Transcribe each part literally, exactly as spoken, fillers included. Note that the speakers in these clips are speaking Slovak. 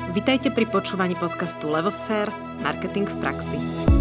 Vitajte pri počúvaní podcastu Levosfér – Marketing v praxi.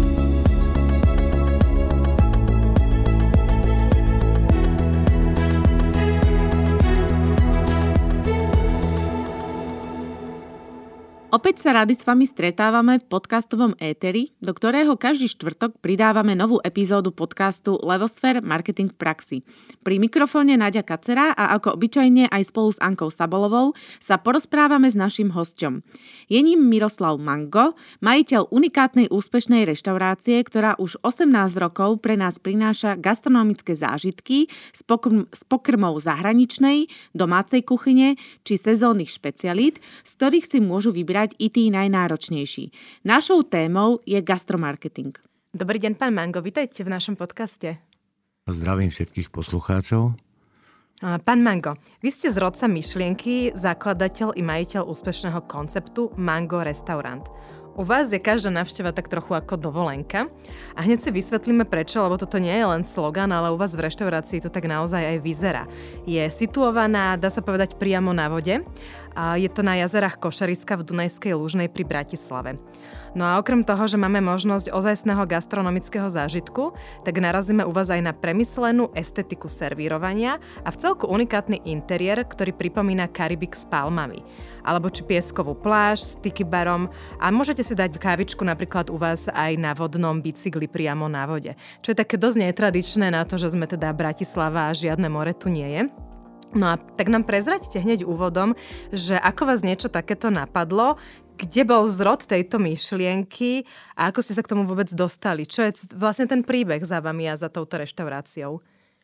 Opäť sa radi s vami stretávame v podcastovom éteri, do ktorého každý štvrtok pridávame novú epizódu podcastu Levosfér – Marketing v praxi. Pri mikrofóne Naďa Kacera a ako obyčajne aj spolu s Ankou Sabolovou sa porozprávame s naším hosťom. Je ním Miroslav Mango, majiteľ unikátnej úspešnej reštaurácie, ktorá už osemnásť rokov pre nás prináša gastronomické zážitky s, pokr- s pokrmou zahraničnej, domácej kuchyne či sezónnych špecialít, z ktorých si môžu vybrať i tí najnáročnejší. Našou témou je gastromarketing. Dobrý deň, pán Mango, vitajte v našom podcaste. Zdravím všetkých poslucháčov. Pán Mango, vy ste z rodca myšlienky, zakladateľ i majiteľ úspešného konceptu Mango Restaurant. U vás je každá návšteva tak trochu ako dovolenka a hneď si vysvetlíme prečo, lebo toto nie je len slogan, ale u vás v reštaurácii to tak naozaj aj vyzerá. Je situovaná, dá sa povedať, priamo na vode. A je to na jazerách Košariska v Dunajskej Lužnej pri Bratislave. No a okrem toho, že máme možnosť ozajstného gastronomického zážitku, tak narazíme u vás aj na premyslenú estetiku servírovania a v celku unikátny interiér, ktorý pripomína Karibik s palmami. Alebo či pieskovú pláž s tiki barom a môžete si dať kávičku napríklad u vás aj na vodnom bicykli priamo na vode. Čo je také dosť netradičné na to, že sme teda Bratislava a žiadne more tu nie je. No a tak nám prezraďte hneď úvodom, že ako vás niečo takéto napadlo, kde bol zrod tejto myšlienky a ako ste sa k tomu vôbec dostali? Čo je vlastne ten príbeh za vami a za touto reštauráciou?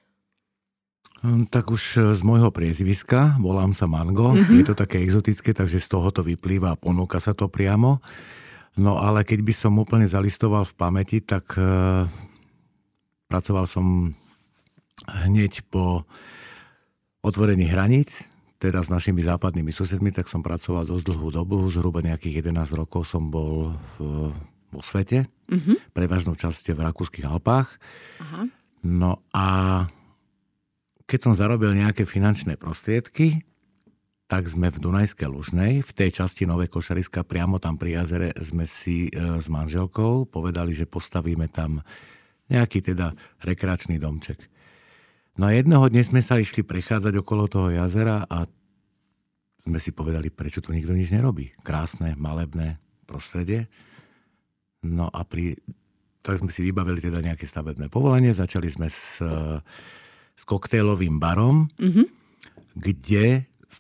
Tak už z môjho priezviska, volám sa Mango, mm-hmm. Je to také exotické, takže z toho to vyplýva a ponúka sa to priamo. No ale keď by som úplne zalistoval v pamäti, tak uh, pracoval som hneď po otvorení hraníc, teda s našimi západnými susedmi, tak som pracoval dosť dlhú dobu, zhruba nejakých jedenásť rokov som bol v, vo svete, mm-hmm. prevažnou časť v Rakúskych Alpách. Aha. No a keď som zarobil nejaké finančné prostriedky, tak sme v Dunajskej Lužnej, v tej časti Nové Košariska, priamo tam pri jazere, sme si e, s manželkou povedali, že postavíme tam nejaký teda rekreačný domček. No a jednoho dne sme sa išli prechádzať okolo toho jazera a sme si povedali, prečo tu nikto nič nerobí. Krásne, malebné prostredie. No a pri, tak sme si vybavili teda nejaké stavebné povolenie, začali sme s, s koktejlovým barom, mm-hmm. kde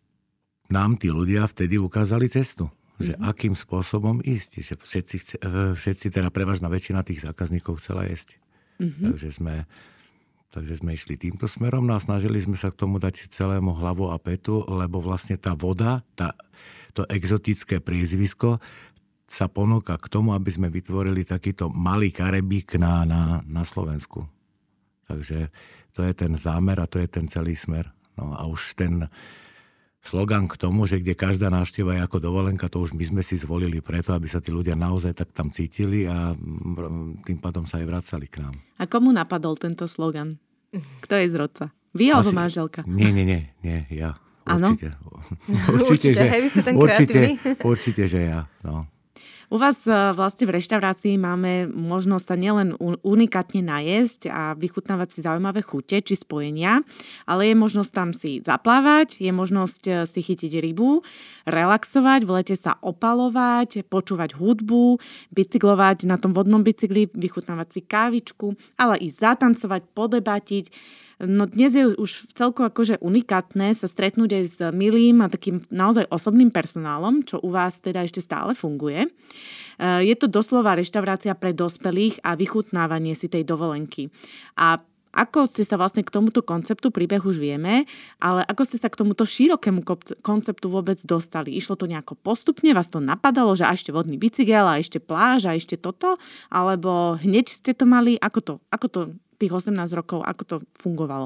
nám tí ľudia vtedy ukázali cestu. Že mm-hmm. akým spôsobom ísť. Že všetci, chce, všetci, teda prevažná väčšina tých zákazníkov chcela jesť. Mm-hmm. Takže sme... Takže sme išli týmto smerom no a snažili sme sa k tomu dať celému hlavu a petu, lebo vlastne tá voda, tá, to exotické priezvisko sa ponúka k tomu, aby sme vytvorili takýto malý Karibík na, na, na Slovensku. Takže to je ten zámer a to je ten celý smer. No a už ten slogan k tomu, že kde každá návšteva je ako dovolenka, to už my sme si zvolili preto, aby sa tí ľudia naozaj tak tam cítili a tým pádom sa aj vracali k nám. A komu napadol tento slogan? Kto je z rodca? Vy alebo manželka? Nie, nie, nie, nie, ja. Áno? Určite. Určite, že, určite, určite, že ja. No. U vás vlastne v reštaurácii máme možnosť sa nielen unikátne najesť a vychutnávať si zaujímavé chute či spojenia, ale je možnosť tam si zaplávať, je možnosť si chytiť rybu, relaxovať, v lete sa opalovať, počúvať hudbu, bicyklovať na tom vodnom bicykli, vychutnávať si kávičku, ale i zatancovať, podebatiť. No dnes je už celko akože unikátne sa stretnúť aj s milým a takým naozaj osobným personálom, čo u vás teda ešte stále funguje. Je to doslova reštaurácia pre dospelých a vychutnávanie si tej dovolenky. A ako ste sa vlastne k tomuto konceptu, príbeh už vieme, ale ako ste sa k tomuto širokému konceptu vôbec dostali? Išlo to nejako postupne? Vás to napadalo, že a ešte vodný bicykel a ešte pláž a ešte toto? Alebo hneď ste to mali? Ako to? Ako to tých osemnásť rokov, ako to fungovalo?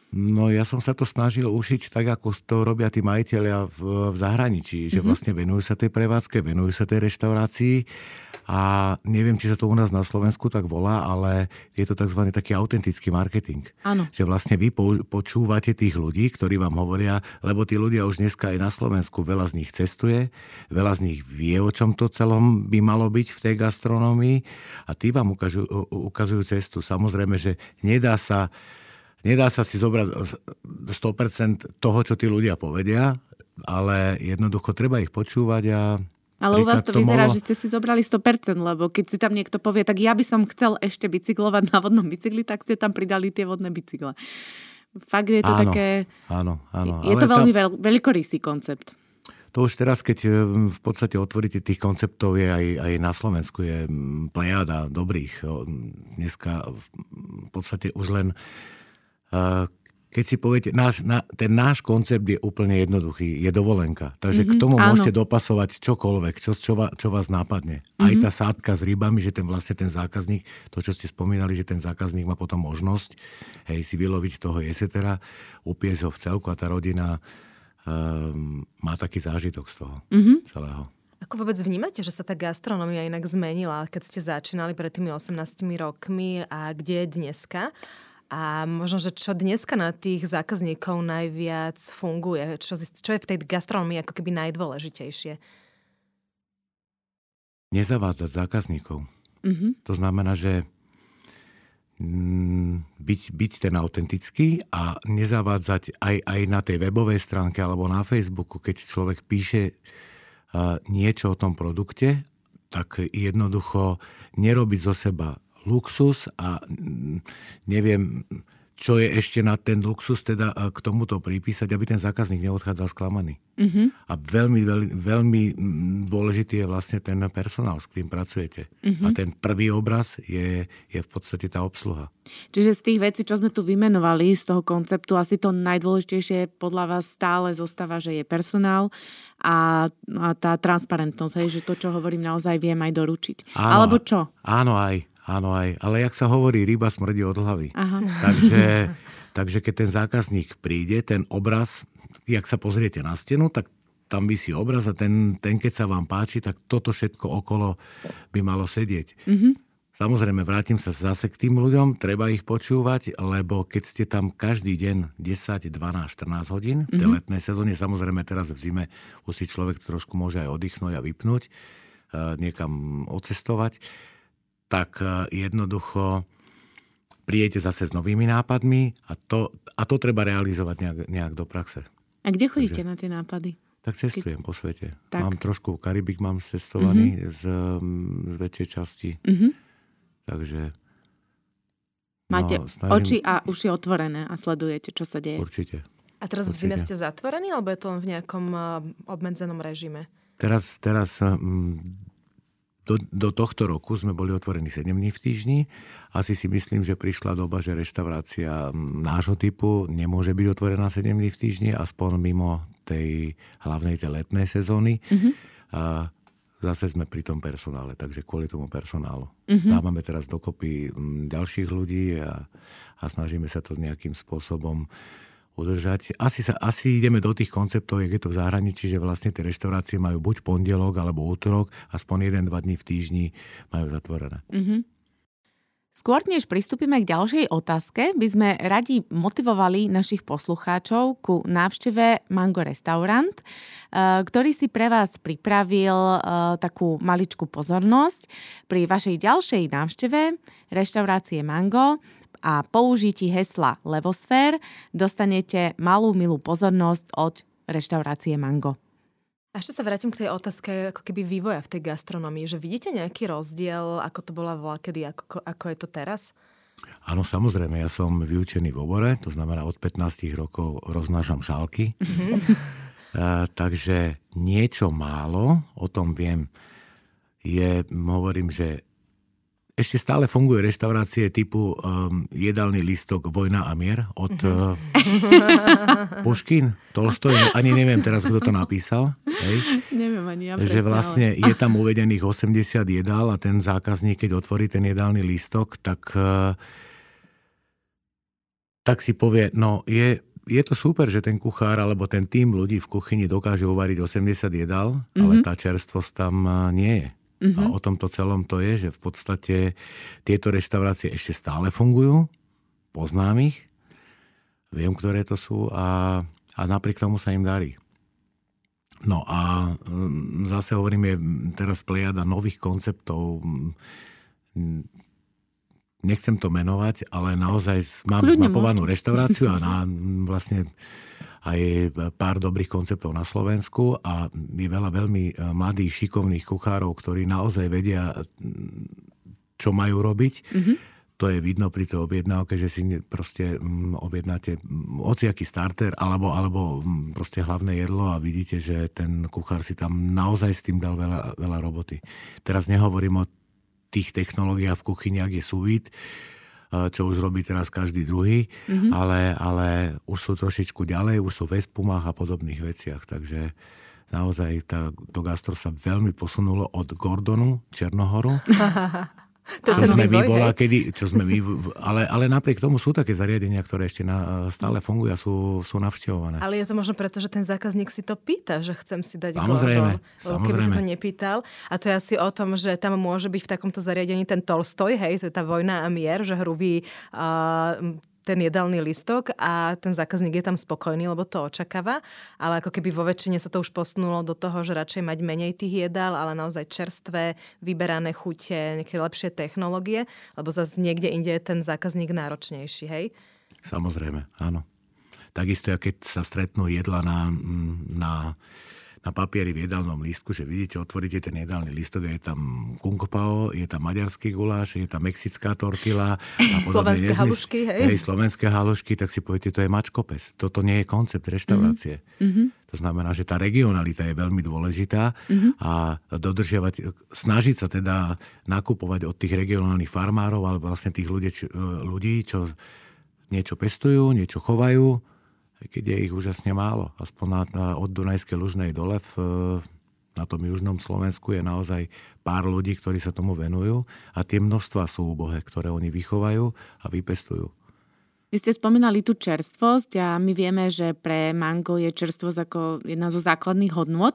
No ja som sa to snažil ušiť tak, ako to robia tí majiteľia v, v zahraničí, že Mhm. vlastne venujú sa tej prevádzke, venujú sa tej reštaurácii a neviem, či sa to u nás na Slovensku tak volá, ale je to tzv. Taký autentický marketing. Áno. Že vlastne vy pou- počúvate tých ľudí, ktorí vám hovoria, lebo tí ľudia už dneska aj na Slovensku, veľa z nich cestuje, veľa z nich vie, o čom to celom by malo byť v tej gastronómii a tí vám ukazujú, ukazujú cestu. Samozrejme, že nedá sa Nedá sa si zobrať sto percent toho, čo tí ľudia povedia, ale jednoducho treba ich počúvať a... Ale u vás to príklad vyzerá, mohlo- že ste si zobrali sto percent, lebo keď si tam niekto povie, tak ja by som chcel ešte bicyklovať na vodnom bicykli, tak ste tam pridali tie vodné bicykle. Fakt je to Áno, také... Áno, áno. Je ale to veľmi tam- veľ, veľkorysý koncept. To už teraz, keď e, v podstate otvoríte tých konceptov, je aj, aj na Slovensku je mm, plejada dobrých. O, Dneska v podstate už len... e, Keď si poviete, náš, na, ten náš koncept je úplne jednoduchý, je dovolenka. Takže mm-hmm, k tomu áno. môžete dopasovať čokoľvek, čo, čo, va, čo vás nápadne. Mm-hmm. Aj tá sádka s rybami, že ten vlastne ten zákazník, to čo ste spomínali, že ten zákazník má potom možnosť hej, si vyloviť toho jesetera, upiesť ho v celku a tá rodina um, má taký zážitok z toho mm-hmm. celého. Ako vôbec vnímate, že sa tá gastronomia inak zmenila, keď ste začínali pred tými osemnástimi rokmi a kde je dneska? A možno, že čo dneska na tých zákazníkov najviac funguje? Čo, čo je v tej gastronomii ako keby najdôležitejšie? Nezavádzať zákazníkov. Mhm. To znamená, že mm, byť, byť ten autentický a nezavádzať aj, aj na tej webovej stránke alebo na Facebooku, keď človek píše uh, niečo o tom produkte, tak jednoducho nerobiť zo seba luxus a neviem, čo je ešte na ten luxus teda k tomuto pripísať, aby ten zákazník neodchádzal sklamaný. Mm-hmm. A veľmi, veľmi, veľmi dôležitý je vlastne ten personál, s ktorým pracujete. Mm-hmm. A ten prvý obraz je, je v podstate tá obsluha. Čiže z tých vecí, čo sme tu vymenovali z toho konceptu, asi to najdôležitejšie podľa vás stále zostáva, že je personál a, a tá transparentnosť, hej, že to, čo hovorím, naozaj viem aj doručiť. Áno, Alebo čo? Áno aj. Áno aj, ale jak sa hovorí, ryba smrdí od hlavy. Aha. Takže, takže keď ten zákazník príde, ten obraz, jak sa pozriete na stenu, tak tam visí obraz a ten, ten keď sa vám páči, tak toto všetko okolo by malo sedieť. Mm-hmm. Samozrejme, vrátim sa zase k tým ľuďom, treba ich počúvať, lebo keď ste tam každý deň desať, dvanásť, štrnásť hodín v tej mm-hmm. letnej sezóne, samozrejme teraz v zime už si človek trošku môže aj oddychnúť a vypnúť, niekam odcestovať, tak jednoducho prídete zase s novými nápadmi a to, a to treba realizovať nejak, nejak do praxe. A kde chodíte Takže, na tie nápady? Tak cestujem Ke... po svete. Tak. Mám trošku Karibik, mám cestovaný mm-hmm. z, z väčšej časti. Mm-hmm. Takže... Máte no, snažím... oči a uši otvorené a sledujete, čo sa deje. Určite. A teraz Určite. v zime ste zatvorení, alebo je to len v nejakom uh, obmedzenom režime? Teraz... teraz um, Do, do tohto roku sme boli otvorení sedem dní v týždni. Asi si myslím, že prišla doba, že reštaurácia nášho typu nemôže byť otvorená sedem dní v týždni, aspoň mimo tej hlavnej tej letnej sezóny. Mm-hmm. A zase sme pri tom personále, takže kvôli tomu personálu. Mm-hmm. Dávame teraz dokopy ďalších ľudí a, a snažíme sa to nejakým spôsobom udržať. Asi, sa, asi ideme do tých konceptov, jak je to v zahraničí, že vlastne tie reštaurácie majú buď pondelok alebo útorok, aspoň jeden dva dní v týždni majú zatvorené. Mm-hmm. Skôr než pristúpime k ďalšej otázke, by sme radi motivovali našich poslucháčov ku návšteve Mango Restaurant, ktorý si pre vás pripravil takú maličkú pozornosť. Pri vašej ďalšej návšteve reštaurácie Mango a použití hesla Levosfér dostanete malú milú pozornosť od reštaurácie Mango. A ešte sa vrátim k tej otázke ako keby vývoja v tej gastronomii, že vidíte nejaký rozdiel, ako to bola voľakedy, ako, ako je to teraz? Áno, samozrejme, ja som vyučený v obore, to znamená od pätnásť rokov roznášam šálky. Mm-hmm. uh, takže niečo málo, o tom viem, je, hovorím, že ešte stále fungujú reštaurácie typu um, jedálny listok Vojna a mier od uh, Puškin, Tolstoj, ani neviem teraz, kto to napísal. Hej? Neviem ani ja. Že vlastne ale... je tam uvedených osemdesiat jedál a ten zákazník, keď otvorí ten jedálny listok, tak, uh, tak si povie, no je, je to super, že ten kuchár alebo ten tím ľudí v kuchyni dokáže uvariť osemdesiat jedál, mm-hmm. ale tá čerstvosť tam nie je. Mm-hmm. A o tomto celom to je, že v podstate tieto reštaurácie ešte stále fungujú, poznám ich, viem, ktoré to sú a, a napriek tomu sa im darí. No a zase hovorím, je teraz plejada nových konceptov. Nechcem to menovať, ale naozaj mám Kľudne zmapovanú môžem. reštauráciu a na, vlastne aj pár dobrých konceptov na Slovensku a je veľa veľmi mladých, šikovných kuchárov, ktorí naozaj vedia, čo majú robiť. Mm-hmm. To je vidno pri tej objednávke, že si proste objednáte hociaký starter alebo, alebo proste hlavné jedlo a vidíte, že ten kuchár si tam naozaj s tým dal veľa, veľa roboty. Teraz nehovorím o tých technológiách v kuchyni, ak je sous vide, čo už robí teraz každý druhý, mm-hmm. ale, ale už sú trošičku ďalej, už sú v espumách a podobných veciach, takže naozaj tá, to gastro sa veľmi posunulo od Gordonu, Černohoru, To čo sme my volá, kedy, čo sme my, ale, ale napriek tomu sú také zariadenia, ktoré ešte na, stále fungujú a sú, sú navštevované. Ale je to možno preto, že ten zákazník si to pýta, že chcem si dať samozrejme, Gordon. Samozrejme. Keby si to nepýtal. A to je asi o tom, že tam môže byť v takomto zariadení ten Tolstoj, hej, to je tá Vojna a mier, že hrubý uh, ten jedálny listok a ten zákazník je tam spokojný, lebo to očakáva. Ale ako keby vo väčšine sa to už posunulo do toho, že radšej mať menej tých jedál, ale naozaj čerstvé, vyberané chute, nejaké lepšie technológie, lebo zase niekde inde je ten zákazník náročnejší, hej? Samozrejme, áno. Takisto, keď sa stretnú jedla na, na, na papieri v jedálnom lístku, že vidíte, otvoríte ten jedálny lístok, je tam kung pao, je tam maďarský guláš, je tam mexická tortila a podobne. Slovenské halušky, hej? Hej, slovenské halušky, tak si poviete, to je mačkopes. Toto nie je koncept reštaurácie. Mm-hmm. To znamená, že tá regionalita je veľmi dôležitá mm-hmm. a dodržiavať, snažiť sa teda nakupovať od tých regionálnych farmárov alebo vlastne tých ľudí, čo, ľudí, čo niečo pestujú, niečo chovajú, keď je ich úžasne málo. Aspoň na, na, od Dunajskej Lužnej dole v, na tom južnom Slovensku je naozaj pár ľudí, ktorí sa tomu venujú a tie množstva sú úbohé, ktoré oni vychovajú a vypestujú. Vy ste spomínali tú čerstvosť a my vieme, že pre mango je čerstvosť ako jedna zo základných hodnôt.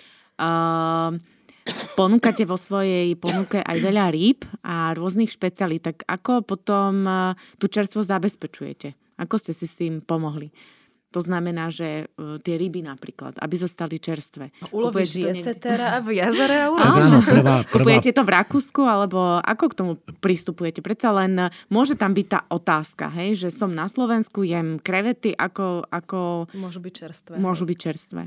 Uh, ponúkate vo svojej ponuke aj veľa rýb a rôznych špecialít. Tak ako potom tú čerstvosť zabezpečujete? Ako ste si s tým pomohli? To znamená, že uh, tie ryby napríklad, aby zostali čerstvé. Ulovíš jesetera v jazere a ulovíš? Áno, prvá, prvá... Kupujete to v Rakúsku, alebo ako k tomu pristupujete? Predsa len môže tam byť tá otázka, hej, že som na Slovensku, jem krevety, ako... ako môžu byť čerstvé. Môžu byť čerstvé.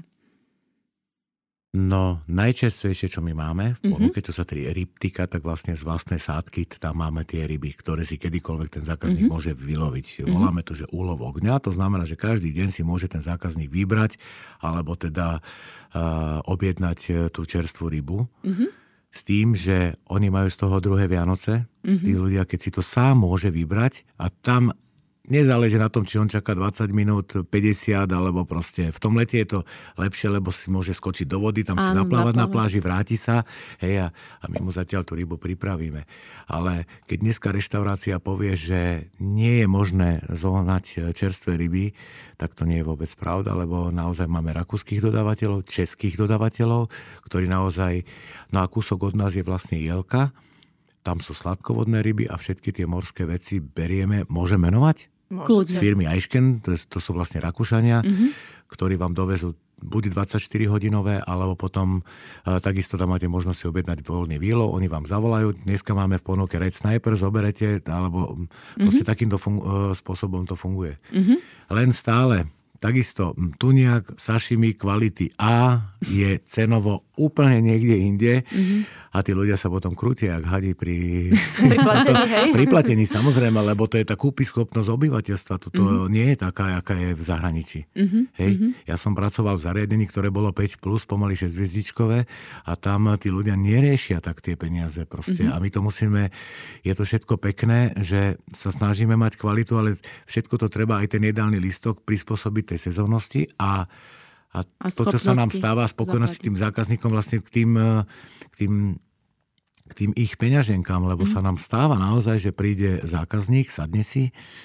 No, najčerstvejšie, čo my máme v ponuke, mm-hmm. čo sa tej ryb týka, tak vlastne z vlastnej sádky tam máme tie ryby, ktoré si kedykoľvek ten zákazník mm-hmm. môže vyloviť. Mm-hmm. Voláme to, že úlovok dňa, to znamená, že každý deň si môže ten zákazník vybrať alebo teda uh, objednať tú čerstvú rybu. Mm-hmm. S tým, že oni majú z toho druhé Vianoce. Mm-hmm. Tí ľudia, keď si to sám môže vybrať a tam nezáleží na tom, či on čaká dvadsať minút, päťdesiat, alebo proste v tom lete je to lepšie, lebo si môže skočiť do vody, tam si zaplávať na pláži, vráti sa, hej, a, a my mu zatiaľ tú rybu pripravíme. Ale keď dneska reštaurácia povie, že nie je možné zohnať čerstvé ryby, tak to nie je vôbec pravda, lebo naozaj máme rakúskych dodávateľov, českých dodávateľov, ktorí naozaj, no a kúsok od nás je vlastne Jelka, tam sú sladkovodné ryby a všetky tie morské veci berieme, môže menovať? Môžete. Z firmy Eichken, to, to sú vlastne Rakúšania, mm-hmm. ktorí vám dovezú buď dvadsaťštyri hodinové, alebo potom uh, takisto tam máte možnosť si objednať voľný výlo, oni vám zavolajú, dneska máme v ponuke Red Sniper, zoberete, alebo mm-hmm. proste takýmto fun- uh, spôsobom to funguje. Mm-hmm. Len stále, takisto tuniak, sashimi kvality A je cenovo úplne niekde inde mm-hmm. a tí ľudia sa potom krútia, jak hadi pri priplatení, hej? priplatení, samozrejme, lebo to je tá kúpyschopnosť obyvateľstva. Toto mm-hmm. nie je taká, aká je v zahraničí. Mm-hmm. Hej? Ja som pracoval v zariadení, ktoré bolo päť plus, pomaly šesť hviezdičkové a tam tí ľudia neriešia tak tie peniaze proste. Mm-hmm. A my to musíme, je to všetko pekné, že sa snažíme mať kvalitu, ale všetko to treba aj ten jedálny listok prispôsobiť tej sezónnosti a A, a to, čo sa nám stáva, spokojnosti tým zákazníkom, vlastne k tým, k tým, k tým ich peňaženkám, lebo mm. sa nám stáva naozaj, že príde zákazník, sadne si,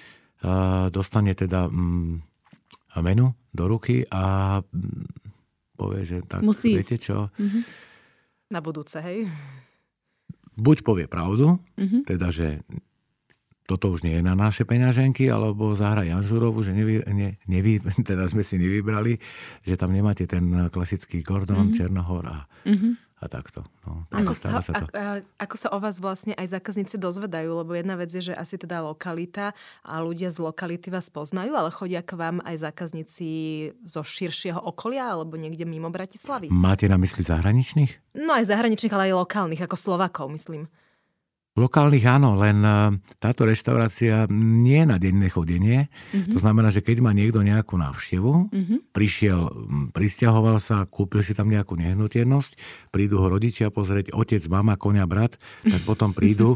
dostane teda menu do ruky a povie, že tak musí viete čo? Mm-hmm. Na budúce, hej? Buď povie pravdu, mm-hmm. teda, že toto už nie je na naše peňaženky, alebo zahra Janžurovu, že nevy, ne, nevy, teda sme si nevybrali, že tam nemáte ten klasický Gordon, mm-hmm. Černohor a, mm-hmm. a takto. No, ako, stáva sa to. A, ako sa o vás vlastne aj zákazníci dozvedajú? Lebo jedna vec je, že asi teda lokalita a ľudia z lokality vás poznajú, ale chodia k vám aj zákazníci zo širšieho okolia alebo niekde mimo Bratislavy? Máte na mysli zahraničných? No aj zahraničných, ale aj lokálnych, ako Slovákov, myslím. Lokálnych áno, len táto reštaurácia nie je na denné chodenie. Mm-hmm. To znamená, že keď má niekto nejakú návštevu, mm-hmm. prišiel, prisťahoval sa, kúpil si tam nejakú nehnuteľnosť, prídu ho rodičia pozrieť, otec, mama, koňa, brat, tak potom prídu.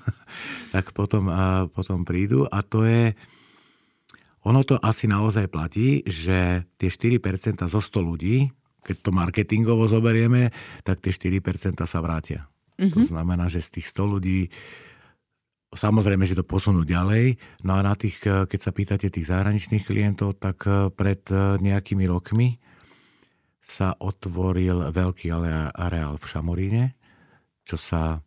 tak potom, a potom prídu a to je... Ono to asi naozaj platí, že tie štyri percentá zo sto ľudí, keď to marketingovo zoberieme, tak tie štyri percentá sa vrátia. Mm-hmm. To znamená, že z tých sto ľudí, samozrejme, že to posunú ďalej, no a na tých, keď sa pýtate tých zahraničných klientov, tak pred nejakými rokmi sa otvoril veľký areál v Šamoríne, čo sa,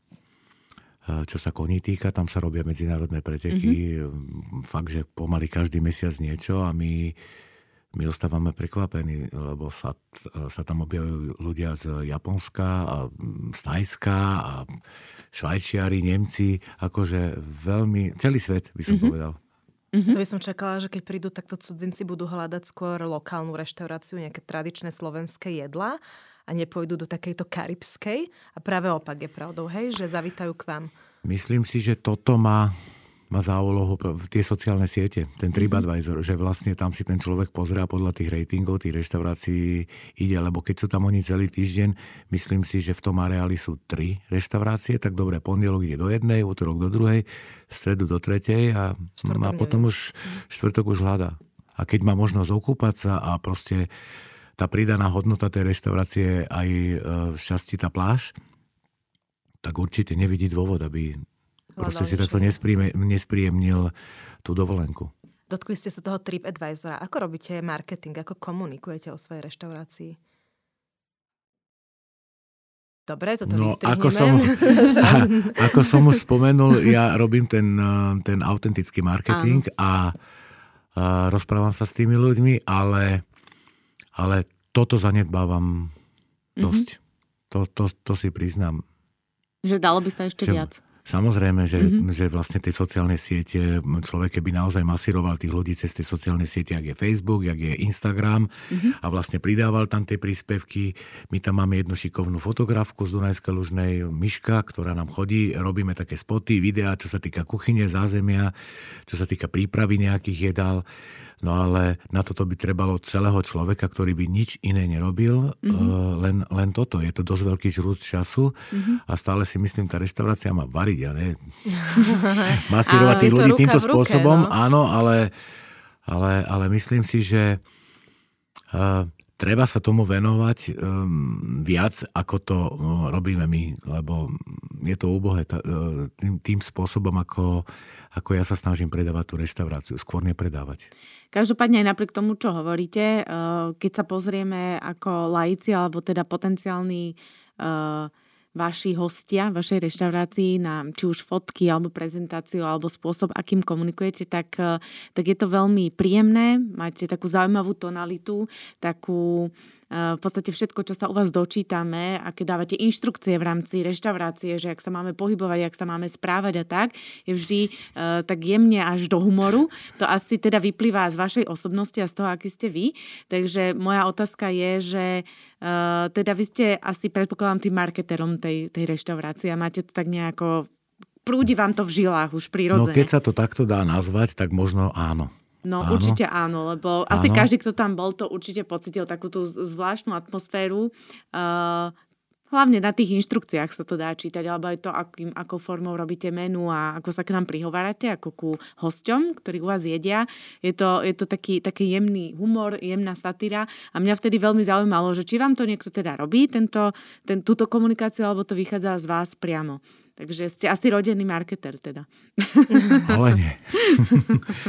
čo sa koní týka, tam sa robia medzinárodné preteky, mm-hmm. fakt, že pomaly každý mesiac niečo a my My ostávame prekvapení, lebo sa, sa tam objavujú ľudia z Japonska a z Thajska a Švajčiari, Nemci, akože veľmi, celý svet by som mm-hmm. povedal. Mm-hmm. To by som čakala, že keď prídu takto cudzinci, budú hľadať skôr lokálnu reštauráciu, nejaké tradičné slovenské jedlá a nepôjdu do takejto karibskej. A práve opak je pravdou, hej, že zavítajú k vám. Myslím si, že toto má... má za úlohu tie sociálne siete, ten TripAdvisor, mm-hmm. že vlastne tam si ten človek pozerá podľa tých ratingov, tých reštaurácií ide, lebo keď sú tam oni celý týždeň, myslím si, že v tom areáli sú tri reštaurácie, tak dobre, pondelok ide do jednej, útorok do druhej, v stredu do tretej a, a potom už štvrtok už hľadá. A keď má možnosť okúpať sa a proste tá pridaná hodnota tej reštaurácie aj v časti tá pláž, tak určite nevidí dôvod, aby proste si takto nespríjemnil tú dovolenku. Dotkli ste sa toho TripAdvisora. Ako robíte marketing? Ako komunikujete o svojej reštaurácii? Dobre, toto no, vystrihneme. Ako som, ako som už spomenul, ja robím ten, ten autentický marketing a, a rozprávam sa s tými ľuďmi, ale, ale toto zanedbávam dosť. Mm-hmm. To, to, to si priznám. Že dalo by sa ešte Čo? viac. Samozrejme, že, mm-hmm. že vlastne tie sociálne siete, človek keby naozaj masíroval tých ľudí cez tie sociálne siete, jak je Facebook, jak je Instagram mm-hmm. a vlastne pridával tam tie príspevky. My tam máme jednu šikovnú fotografku z Dunajskej Lužnej, Miška, ktorá nám chodí, robíme také spoty, videá, čo sa týka kuchyne, zázemia, čo sa týka prípravy nejakých jedál. No ale na toto by trebalo celého človeka, ktorý by nič iné nerobil, mm-hmm. len, len toto. Je to dosť veľký žrút času mm-hmm. a stále si myslím, tá reštaurácia má variť, a ne masírovať tých ľudí týmto ruke, spôsobom. No? Áno, ale, ale, ale myslím si, že uh, treba sa tomu venovať um, viac, ako to uh, robíme my, lebo je to úbohé t- uh, tým, tým spôsobom, ako, ako ja sa snažím predávať tú reštauráciu, skôr nepredávať. Každopádne aj napriek tomu, čo hovoríte, keď sa pozrieme ako laici alebo teda potenciálni vaši hostia v vašej reštaurácii na či už fotky alebo prezentáciu alebo spôsob, akým komunikujete, tak, tak je to veľmi príjemné. Máte takú zaujímavú tonalitu, takú v podstate všetko, čo sa u vás dočítame a keď dávate inštrukcie v rámci reštaurácie, že ak sa máme pohybovať, ak sa máme správať a tak, je vždy uh, tak jemne až do humoru. To asi teda vyplýva z vašej osobnosti a z toho, aký ste vy. Takže moja otázka je, že uh, teda vy ste asi, predpokladám, tým marketerom tej, tej reštaurácie a máte to tak nejako, prúdi vám to v žilách už prirodzene. No keď sa to takto dá nazvať, tak možno áno. No áno. Určite áno, lebo áno. Asi každý, kto tam bol, to určite pocitil takú tú zvláštnu atmosféru. Uh, hlavne na tých inštrukciách sa to dá čítať, alebo aj to, akým, akou formou robíte menu a ako sa k nám prihovárate, ako ku hosťom, ktorí u vás jedia. Je to, je to taký, taký jemný humor, jemná satíra a mňa vtedy veľmi zaujímalo, že či vám to niekto teda robí, tento, ten, túto komunikáciu, alebo to vychádza z vás priamo. Takže ste asi rodený marketer teda. Ale nie.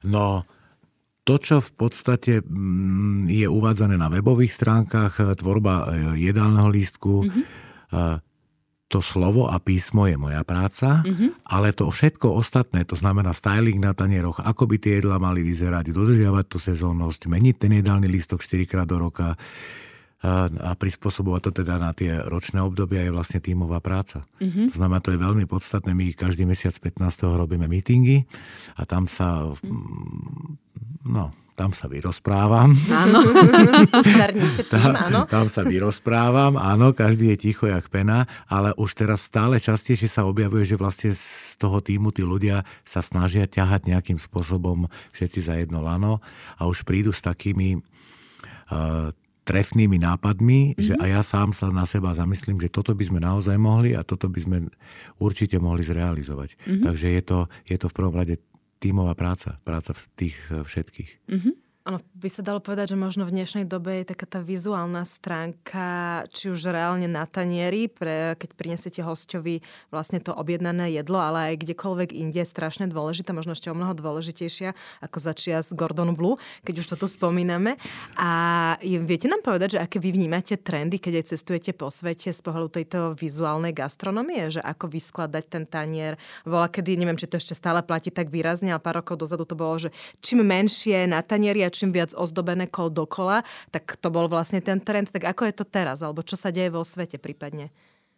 No, to, čo v podstate je uvádzané na webových stránkach, tvorba jedálneho lístku, mm-hmm. to slovo a písmo je moja práca, mm-hmm. ale to všetko ostatné, to znamená styling na tanieroch, ako by tie jedlá mali vyzerať, dodržiavať tú sezónnosť, meniť ten jedálny lístok štyrikrát do roka a, a prispôsobovať to teda na tie ročné obdobia je vlastne tímová práca. Mm-hmm. To znamená, to je veľmi podstatné. My každý mesiac pätnásteho robíme meetingy a tam sa... No, tam sa vyrozprávam. Áno, usmernite tým, áno. Tam sa vyrozprávam, áno, každý je ticho jak pena, ale už teraz stále častejšie sa objavuje, že vlastne z toho týmu tí ľudia sa snažia ťahať nejakým spôsobom všetci za jedno lano a už prídu s takými uh, trefnými nápadmi, mm-hmm. že aj ja sám sa na seba zamyslím, že toto by sme naozaj mohli a toto by sme určite mohli zrealizovať. Mm-hmm. Takže je to, je to v prvom rade tímová práca, práca v tých všetkých. Mm-hmm. Ono by sa dalo povedať, že možno v dnešnej dobe je taká tá vizuálna stránka, či už reálne na tanieri, pre, keď prinesiete hosťovi vlastne to objednané jedlo, ale aj kdekoľvek inde je strašne dôležitá, možno ešte o mnoho dôležitejšia ako začias Gordon Blue, keď už toto spomíname. A viete nám povedať, že aké vy vnímate trendy, keď aj cestujete po svete z pohľadu tejto vizuálnej gastronomie, že ako vyskladať ten tanier? Bola kedy, neviem, či to ešte stále platí tak výrazne, ale pár rokov dozadu to bolo, že čím menšie na tanieri a čím viac ozdobené kol dokola, tak to bol vlastne ten trend. Tak ako je to teraz? Alebo čo sa deje vo svete prípadne?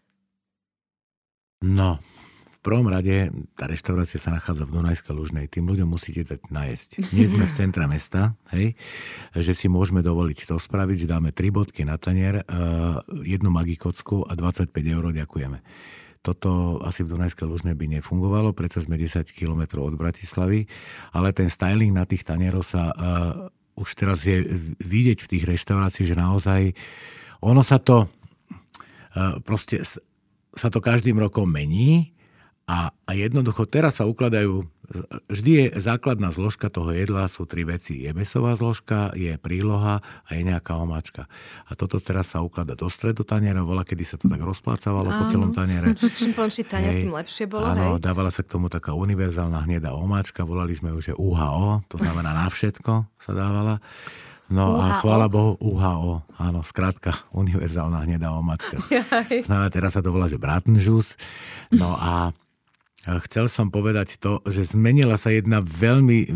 No, v prvom rade tá reštaurácia sa nachádza v Dunajskej Lužnej. Tým ľuďom musíte dať najesť. Nie sme v centre mesta, hej, že si môžeme dovoliť to spraviť, že dáme tri bodky na tanier, jednu magikocku a dvadsaťpäť eur, ďakujeme. Toto asi v Dunajskej Lužnej by nefungovalo, predsa sme desať kilometrov od Bratislavy, ale ten styling na tých tanierov sa uh, už teraz je vidieť v tých reštauráciách, že naozaj ono sa to uh, proste sa to každým rokom mení a, a jednoducho teraz sa ukladajú, vždy je základná zložka toho jedla, sú tri veci. Je mäsová zložka, je príloha a je nejaká omáčka. A toto teraz sa ukladá do stredu taniera, bola, kedy sa to tak rozplácavalo po celom taniere. Čím plnší tanier, tým lepšie bolo, áno, hej? dávala sa k tomu taká univerzálna hnedá omáčka, volali sme ju, že ú há ó, to znamená na všetko sa dávala. No ú há ó? A chvála Bohu, ú há ó, áno, skrátka, univerzálna hnedá omáčka. Znamená, teraz sa to volá, že Bratenžus. No a chcel som povedať to, že zmenila sa jedna veľmi...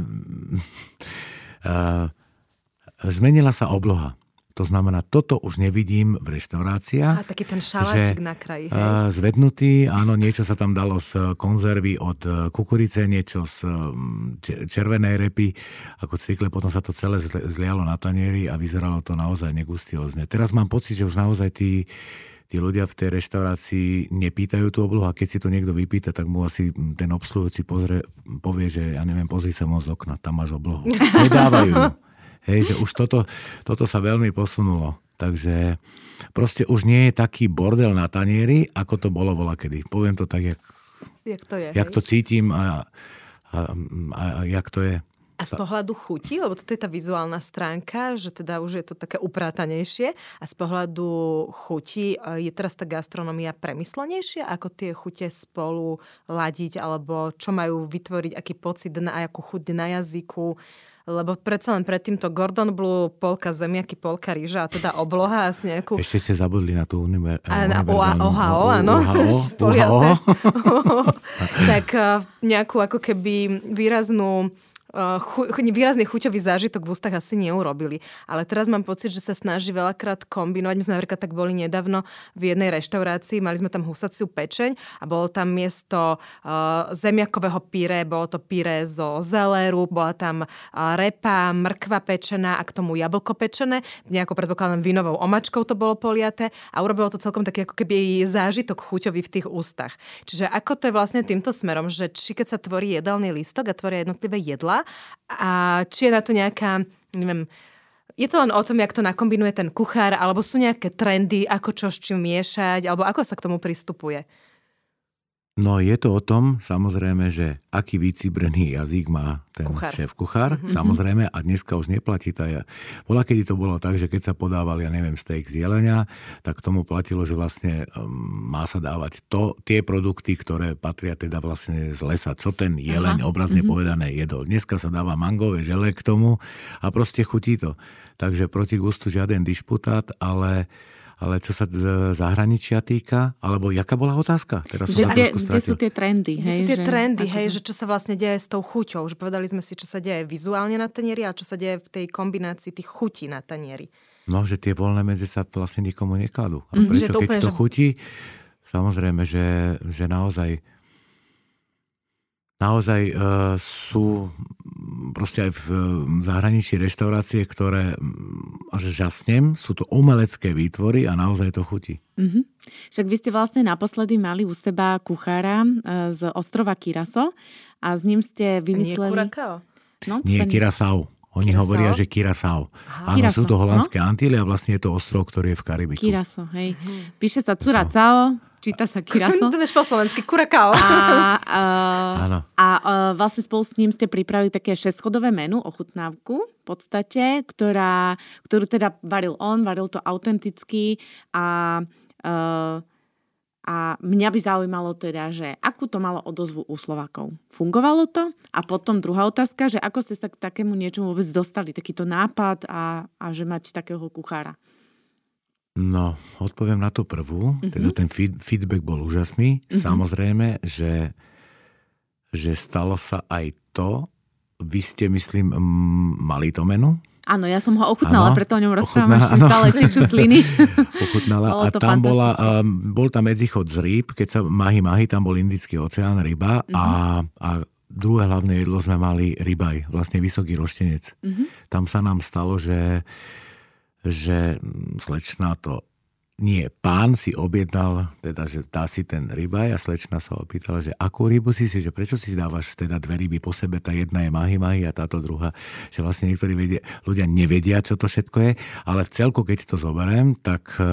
Uh, zmenila sa obloha. To znamená, toto už nevidím v reštauráciách. A taký ten šaláčik na kraji, hej? Uh, zvednutý, áno, niečo sa tam dalo z konzervy od kukurice, niečo z červenej repy, ako cvikle, potom sa to celé zlialo na tanieri a vyzeralo to naozaj negustiózne. Teraz mám pocit, že už naozaj tí Tí ľudia v tej reštaurácii nepýtajú tú oblohu a keď si to niekto vypýta, tak mu asi ten obsluhujúci pozrie, povie, že ja neviem, pozri sa von z okna, tam máš oblohu. Nedávajú ju. Hej, že už toto, toto sa veľmi posunulo. Takže proste už nie je taký bordel na tanieri, ako to bolo volakedy. Poviem to tak, jak, jak to je, jak to cítim a, a, a, a jak to je. A z pohľadu chuti, lebo toto je tá vizuálna stránka, že teda už je to také uprátanejšie, a z pohľadu chuti je teraz tá gastronomia premyslenejšia, ako tie chute spolu ladiť, alebo čo majú vytvoriť, aký pocit na akú chuť na jazyku, lebo predsa len predtým to Gordon Blue, polka zemiaky, polka rýža, a teda obloha asi nejakú... Ešte ste zabudli na tú univer- ó univerzálnu... há ó, áno. ó há ó. Tak nejakú ako keby výraznú Chu, výrazný chuťový zážitok v ústach asi neurobili. Ale teraz mám pocit, že sa snaží veľakrát kombinovať. My sme napríklad tak boli nedávno v jednej reštaurácii, mali sme tam husaciu pečeň a bolo tam miesto uh, zemiakového pyré, bolo to pyré zo zeléru, bola tam uh, repa, mrkva pečená a k tomu jablko pečené. Nejakou predpokladám vínovou omačkou to bolo poliaté a urobilo to celkom taký ako keby zážitok chuťový v tých ústach. Čiže ako to je vlastne týmto smerom, že či keď sa tvorí jedálny lístok a tvoria jednotlivé jedlá, a či je na to nejaká, neviem, je to len o tom, jak to nakombinuje ten kuchár, alebo sú nejaké trendy, ako čo s čím miešať, alebo ako sa k tomu pristupuje? No je to o tom, samozrejme, že aký vycibrený jazyk má ten Kuchár. šéf-kuchár, mm-hmm. samozrejme, a dneska už neplatí tá... Bola, kedy to bolo tak, že keď sa podával, ja neviem, steak z jelenia, tak tomu platilo, že vlastne um, má sa dávať to, tie produkty, ktoré patria teda vlastne z lesa, čo ten jeleň, Aha. obrazne mm-hmm. povedané, jedol. Dneska sa dáva mangové žele k tomu a proste chutí to. Takže proti gustu žiaden dišputát, ale... Ale čo sa zahraničia týka, alebo jaká bola otázka? Teraz som sa trošku stratil. Kde sú tie trendy? Kde hej, sú tie že, trendy, ako... hej, že čo sa vlastne deje s tou chuťou? Už povedali sme si, čo sa deje vizuálne na tanieri a čo sa deje v tej kombinácii tých chutí na tanieri. No, že tie voľné medze sa vlastne nikomu nekladú. A prečo, to keď úplne, to že... chutí? Samozrejme, že, že naozaj naozaj e, sú proste aj v zahraničí reštaurácie, ktoré až žasnem, sú to umelecké výtvory a naozaj to chutí. Mm-hmm. Však vy ste vlastne naposledy mali u seba kuchára e, z ostrova Curaçao a s ním ste vymysleli... Nie Curacao? No, Nie, ten... Curaçao. Oni Curaçao? hovoria, že Curaçao. Aha. Áno, Curaçao, sú to holandské no? Antily a vlastne je to ostrov, ktorý je v Karibiku. Curaçao, hej. Mm-hmm. Píše sa Curacao, číta sa Curaçao. To vieš po slovensky, Curacao. A, a, a, a vlastne spolu s ním ste pripravili také šesťchodové menu, ochutnávku v podstate, ktorá, ktorú teda varil on, varil to autenticky a... a A mňa by zaujímalo teda, že akú to malo odozvu u Slovákov. Fungovalo to? A potom druhá otázka, že ako ste sa k takému niečomu vôbec dostali, takýto nápad a, a že mať takého kuchára? No, odpoviem na tú prvú. Uh-huh. Teda ten feedback bol úžasný. Uh-huh. Samozrejme, že, že stalo sa aj to. Vy ste, myslím, mali to menu? Áno, ja som ho ochutnala, ano, preto o ňom rozprávam, ešte stále tečú sliny. Ochutnala a tam bola, um, bol tam medzichod z rýb, keď sa mahi mahi, tam bol Indický oceán, ryba uh-huh. a, a druhé hlavné jedlo sme mali rybaj, vlastne vysoký roštenec. Uh-huh. Tam sa nám stalo, že, že slečna to nie, pán si objednal, teda, že dá si ten rybaj a slečna sa opýtala, že akú rybu si si, že prečo si dávaš teda dve ryby po sebe, tá jedna je mahi mahi a táto druhá, že vlastne niektorí vedia, ľudia nevedia, čo to všetko je, ale v celku, keď to zoberiem, tak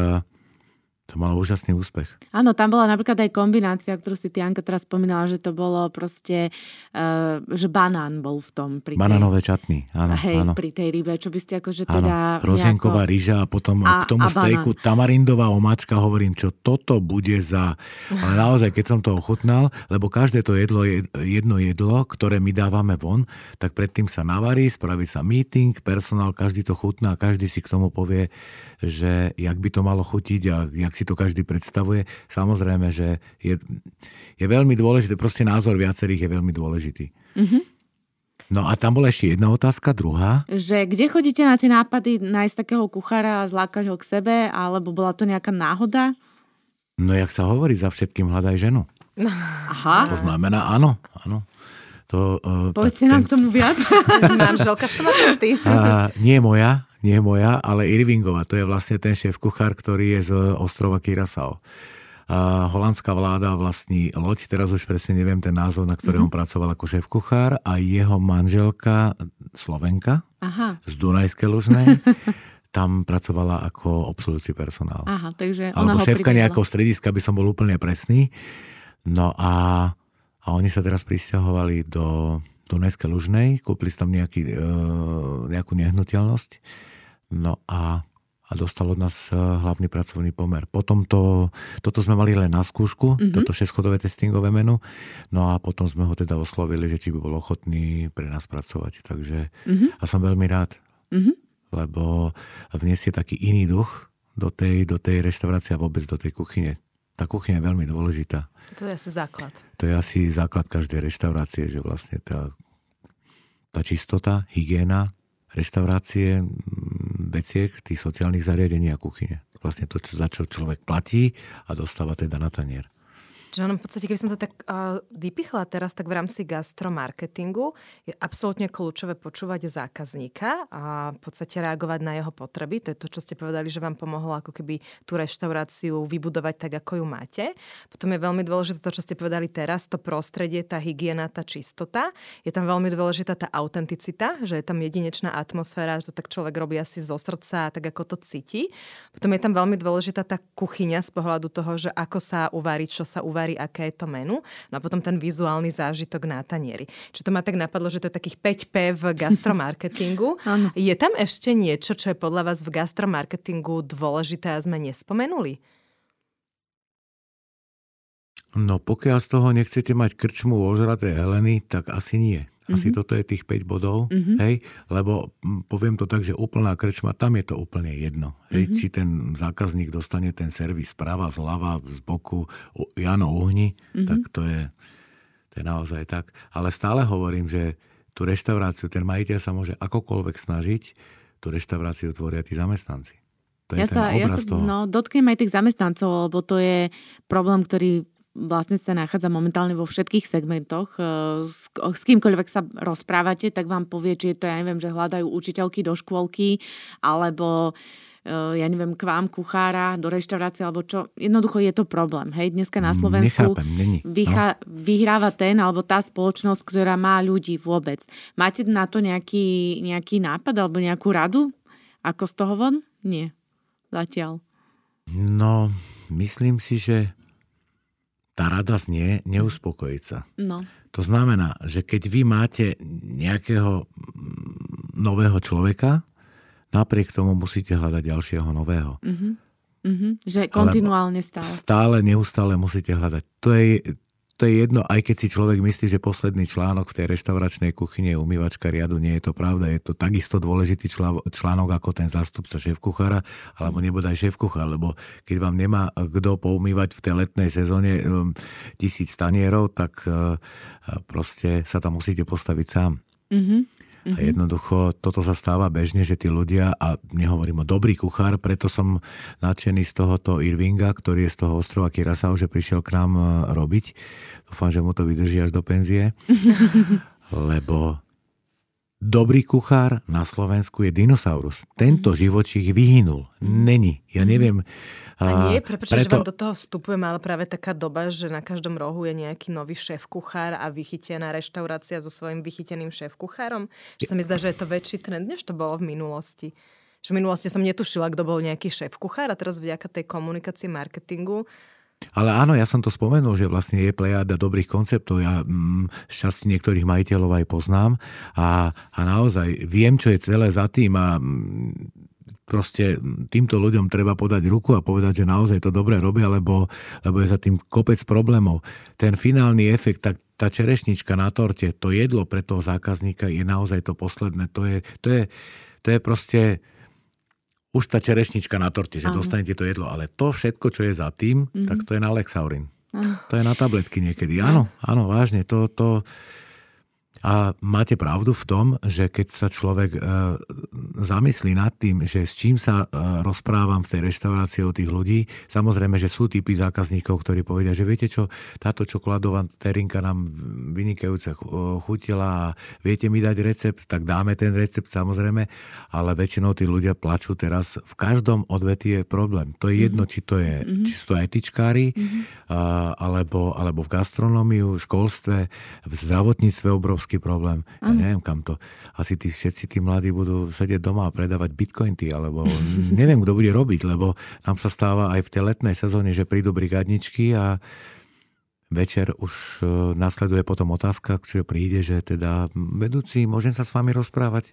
to malo úžasný úspech. Áno, tam bola napríklad aj kombinácia, ktorú si ty, Anka, teraz spomínala, že to bolo proste, uh, že banán bol v tom. Pri tej, banánové čatny, áno. Hej, áno. pri tej rybe, čo by ste akože teda... Áno, rozenková nejako... rýža a potom a, k tomu stejku tamarindová omáčka, hovorím, čo toto bude za... Ale naozaj, keď som to ochutnal, lebo každé to jedlo je jedno jedlo, ktoré my dávame von, tak predtým sa navarí, spraví sa meeting, personál, každý to chutná, každý si k tomu povie, že jak by to malo chutiť a jak si to každý predstavuje. Samozrejme, že je, je veľmi dôležité, proste názor viacerých je veľmi dôležitý. Mm-hmm. No a tam bola ešte jedna otázka, druhá. Že kde chodíte na tie nápady nájsť takého kuchára a zlákať ho k sebe, alebo bola to nejaká náhoda? No jak sa hovorí, za všetkým hľadaj ženu. Aha. To znamená áno, áno. To, uh, Povedzte nám k tomu viac. Manželka v tom testy. Uh, nie moja, nie moja, ale Irvingová. To je vlastne ten šéf-kuchár, ktorý je z ostrova Curaçao. Uh, holandská vláda vlastní loď, teraz už presne neviem ten názov, na ktorom mm-hmm. on pracoval ako šéf-kuchár a jeho manželka, Slovenka, Aha. z Dunajskej Lužnej, tam pracovala ako obsluhujúci personál. Aha, takže ona Alebo ho šéfka priviedla. nejakého strediska, by som bol úplne presný. No a, a oni sa teraz prisťahovali do Dunajskej Lužnej, kúpili tam nejaký, e, nejakú nehnuteľnosť, no a, a dostal od nás hlavný pracovný pomer. Potom to, toto sme mali len na skúšku, mm-hmm. toto šesťchodové testingové menu, no a potom sme ho teda oslovili, že či by bol ochotný pre nás pracovať. Takže mm-hmm. a som veľmi rád, mm-hmm. lebo vniesie taký iný duch do tej, do tej reštaurácie a vôbec do tej kuchyne. Tá kuchyňa je veľmi dôležitá. To je asi základ. To je asi základ každej reštaurácie, že vlastne tá, tá čistota, hygiena, reštaurácie, veciek, tých sociálnych zariadení a kuchyne. Vlastne to, čo, za čo človek platí a dostáva teda na tanier. Čiže ono v podstate, keby som to tak uh, vypichla teraz, tak v rámci gastromarketingu je absolútne kľúčové počúvať zákazníka a v podstate reagovať na jeho potreby. To je to, čo ste povedali, že vám pomohlo ako keby tú reštauráciu vybudovať tak, ako ju máte. Potom je veľmi dôležité to, čo ste povedali teraz, to prostredie, tá hygiena, tá čistota. Je tam veľmi dôležitá tá autenticita, že je tam jedinečná atmosféra, že to tak človek robí asi zo srdca, tak ako to cíti. Potom je tam veľmi dôležitá tá kuchyňa z pohľadu toho, že ako sa uvarí, čo sa uvarí, uvarí, aké je to menu, no a potom ten vizuálny zážitok na tanieri. Čo to ma tak napadlo, že to je takých päť pé v gastromarketingu. Je tam ešte niečo, čo je podľa vás v gastromarketingu dôležité a sme nespomenuli? No pokiaľ z toho nechcete mať krčmu ožraté Heleny, tak asi nie. Asi mm-hmm. toto je tých päť bodov, mm-hmm. hej, lebo poviem to tak, že úplná krčma, tam je to úplne jedno. Hej, mm-hmm. či ten zákazník dostane ten servis sprava, zľava, z boku, Jano uhni, mm-hmm. tak to je, to je naozaj tak. Ale stále hovorím, že tú reštauráciu, ten majiteľ sa môže akokoľvek snažiť, tú reštauráciu tvoria tí zamestnanci. To je ja ten sa, obraz ja sa, toho. No, dotknem aj tých zamestnancov, lebo to je problém, ktorý vlastne sa nachádza momentálne vo všetkých segmentoch. S, s kýmkoľvek sa rozprávate, tak vám povie, či je to, ja neviem, že hľadajú učiteľky do škôlky, alebo ja neviem, k vám kuchára do reštaurácie, alebo čo. Jednoducho je to problém. Hej, dneska na Slovensku Nechápem, vychá, no. vyhráva ten, alebo tá spoločnosť, ktorá má ľudí vôbec. Máte na to nejaký, nejaký nápad, alebo nejakú radu? Ako z toho von? Nie. Zatiaľ. No, myslím si, že tá rada znie neuspokojiť sa. No. To znamená, že keď vy máte nejakého nového človeka, napriek tomu musíte hľadať ďalšieho nového. Uh-huh. Uh-huh. Že kontinuálne stále. Stále, neustále musíte hľadať. To je, to je jedno, aj keď si človek myslí, že posledný článok v tej reštauračnej kuchyni je umývačka riadu, nie je to pravda. Je to takisto dôležitý článok ako ten zástupca šéfkuchára, alebo nebodaj šéfkuchár, lebo keď vám nemá kto poumývať v tej letnej sezóne tisíc tanierov, tak proste sa tam musíte postaviť sám. Mhm. A jednoducho toto sa stáva bežne, že tí ľudia, a nehovorím o dobrý kuchár, preto som nadšený z tohoto Irvinga, ktorý je z toho ostrova Curaçao, že prišiel k nám robiť. Dúfam, že mu to vydrží až do penzie. Lebo dobrý kuchár na Slovensku je dinosaurus. Tento živočích vyhynul. Není. Ja neviem. A nie, prepáčte, preto... že vám do toho vstupujem, ale práve taká doba, že na každom rohu je nejaký nový šéf-kuchár a vychytená reštaurácia so svojím vychyteným šéf-kuchárom. Že sa mi zdá, že je to väčší trend, než to bolo v minulosti. Že v minulosti som netušila, kto bol nejaký šéf-kuchár a teraz vďaka tej komunikácii, marketingu. Ale áno, ja som to spomenul, že vlastne je plejáda dobrých konceptov. Ja mm, šťastie niektorých majiteľov aj poznám a, a naozaj viem, čo je celé za tým a mm, proste týmto ľuďom treba podať ruku a povedať, že naozaj to dobre robia, lebo, lebo je za tým kopec problémov. Ten finálny efekt, tak tá čerešnička na torte, to jedlo pre toho zákazníka je naozaj to posledné. To je, to je, to je proste už tá čerešnička na torte, že Aha. dostanete to jedlo. Ale to všetko, čo je za tým, mm-hmm. tak to je na Lexaurin. Aha. To je na tabletky niekedy. Áno, áno, vážne. To... to A máte pravdu v tom, že keď sa človek e, zamyslí nad tým, že s čím sa e, rozprávam v tej reštaurácii od tých ľudí, samozrejme, že sú typy zákazníkov, ktorí povedia, že viete čo, táto čokoládová terinka nám vynikajúce chutila a viete mi dať recept, tak dáme ten recept samozrejme, ale väčšinou tí ľudia plačú teraz. V každom odvetí je problém. To je jedno, či to je, mm-hmm. či sú to etičkári, mm-hmm. a, alebo, alebo v gastronómiu, v školstve, v zdravotníctve obrovské problém. Ja neviem, kam to. Asi tí, všetci tí mladí budú sedieť doma a predávať bitcointy, alebo neviem, kto bude robiť, lebo nám sa stáva aj v tej letnej sezóne, že prídu brigádničky a večer už nasleduje potom otázka, ktorá príde, že teda vedúci, môžem sa s vami rozprávať?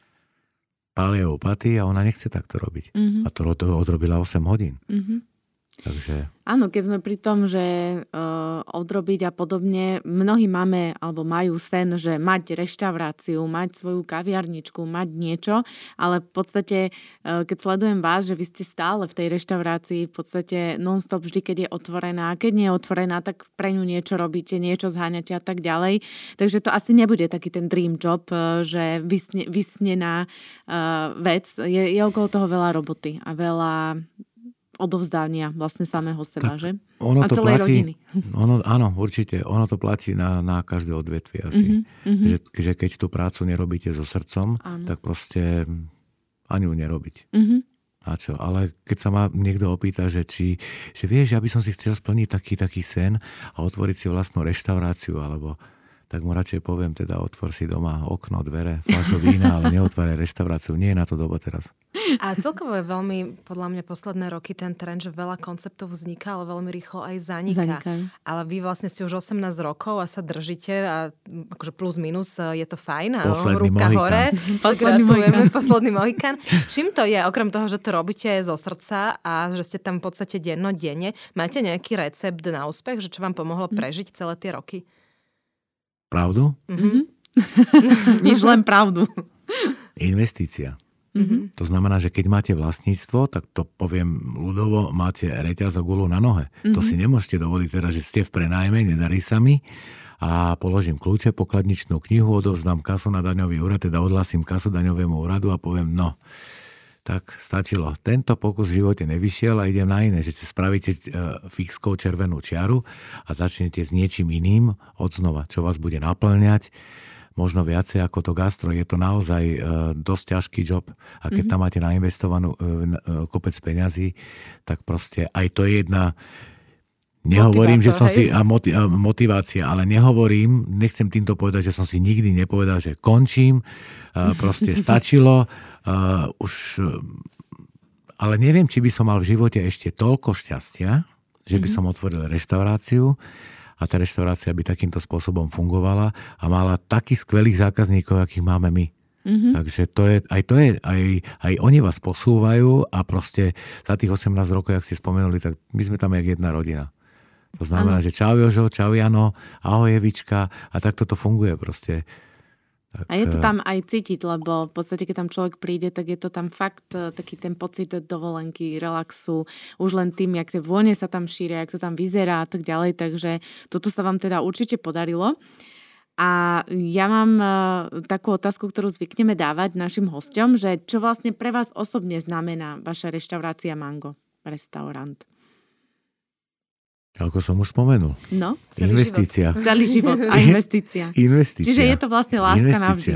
Pália opaty a ona nechce takto robiť. Mm-hmm. A to, to odrobila osem hodín. Mm-hmm. Takže... Áno, keď sme pri tom, že uh, odrobiť a podobne, mnohí máme alebo majú sen, že mať reštauráciu, mať svoju kaviarničku, mať niečo, ale v podstate, uh, keď sledujem vás, že vy ste stále v tej reštaurácii, v podstate non-stop vždy, keď je otvorená, keď nie je otvorená, tak pre ňu niečo robíte, niečo zháňate a tak ďalej. Takže to asi nebude taký ten dream job, uh, že vysne, vysnená uh, vec. Je, je okolo toho veľa roboty a veľa odovzdania vlastne samého seba, tak že? Ono a to celej platí, rodiny. Ono, áno, určite. Ono to platí na, na každé odvetvie asi. Mm-hmm. Že, že keď tú prácu nerobíte so srdcom, áno. tak proste ani ju nerobiť. Mm-hmm. A čo? Ale keď sa ma niekto opýta, že či, že vieš, ja by som si chcel splniť taký, taký sen a otvoriť si vlastnú reštauráciu, alebo tak mu radšej poviem, teda otvor si doma okno, dvere, fľašu vína, ale neotváraj reštauráciu. Nie je na to doba teraz. A celkovo je veľmi, podľa mňa posledné roky ten trend, že veľa konceptov vzniká, ale veľmi rýchlo aj zaniká. Zanikajú. Ale vy vlastne ste už osemnásť rokov a sa držíte a akože plus minus je to fajn. A ruka hore. Posledný mohikán. Posledný mohikán. Čím to je, okrem toho, že to robíte zo srdca a že ste tam v podstate dennodenne, máte nejaký recept na úspech, že čo vám pomohlo prežiť celé tie roky? Pravdu? Mhm. Nič, len pravdu. Investícia. Mm-hmm. To znamená, že keď máte vlastníctvo, tak to poviem ľudovo, máte reťaz a guľu na nohe. Mm-hmm. To si nemôžete dovoliť teda, že ste v prenájme, nedarí sa mi a položím kľúče, pokladničnú knihu, odovzdám kasu na daňový úrad, teda odhlasím kasu daňovému úradu a poviem, no, tak stačilo. Tento pokus v živote nevyšiel a idem na iné, že si spravíte fixkou červenú čiaru a začnete s niečím iným odznova, čo vás bude naplňať. Možno viacej ako to gastro. Je to naozaj e, dosť ťažký job. A keď mm-hmm. tam máte nainvestovanú e, e, kopec peňazí, tak proste aj to je jedna... Nehovorím, že som hej. si... A moti, a motivácia, ale nehovorím, nechcem týmto povedať, že som si nikdy nepovedal, že končím. E, proste stačilo. E, už... Ale neviem, či by som mal v živote ešte toľko šťastia, že by mm-hmm. som otvoril reštauráciu, a tá reštaurácia by takýmto spôsobom fungovala a mala takých skvelých zákazníkov, akých máme my. Mm-hmm. Takže to je, aj to je, aj, aj oni vás posúvajú a proste za tých osemnásť rokov, jak ste spomenuli, tak my sme tam jak jedna rodina. To znamená, ano. Že čau Jožo, čau Jano, ahoj Evička a takto to funguje proste. Tak, a je to tam aj cítiť, lebo v podstate, keď tam človek príde, tak je to tam fakt taký ten pocit dovolenky, relaxu, už len tým, jak tie vône sa tam šíria, jak to tam vyzerá a tak ďalej, takže toto sa vám teda určite podarilo. A ja mám takú otázku, ktorú zvykneme dávať našim hosťom, že čo vlastne pre vás osobne znamená vaša reštaurácia Mango restaurant? Ako som už spomenul. No, celý investícia. Život. Celý život a investícia. Investícia. Čiže je to vlastne láska navždy.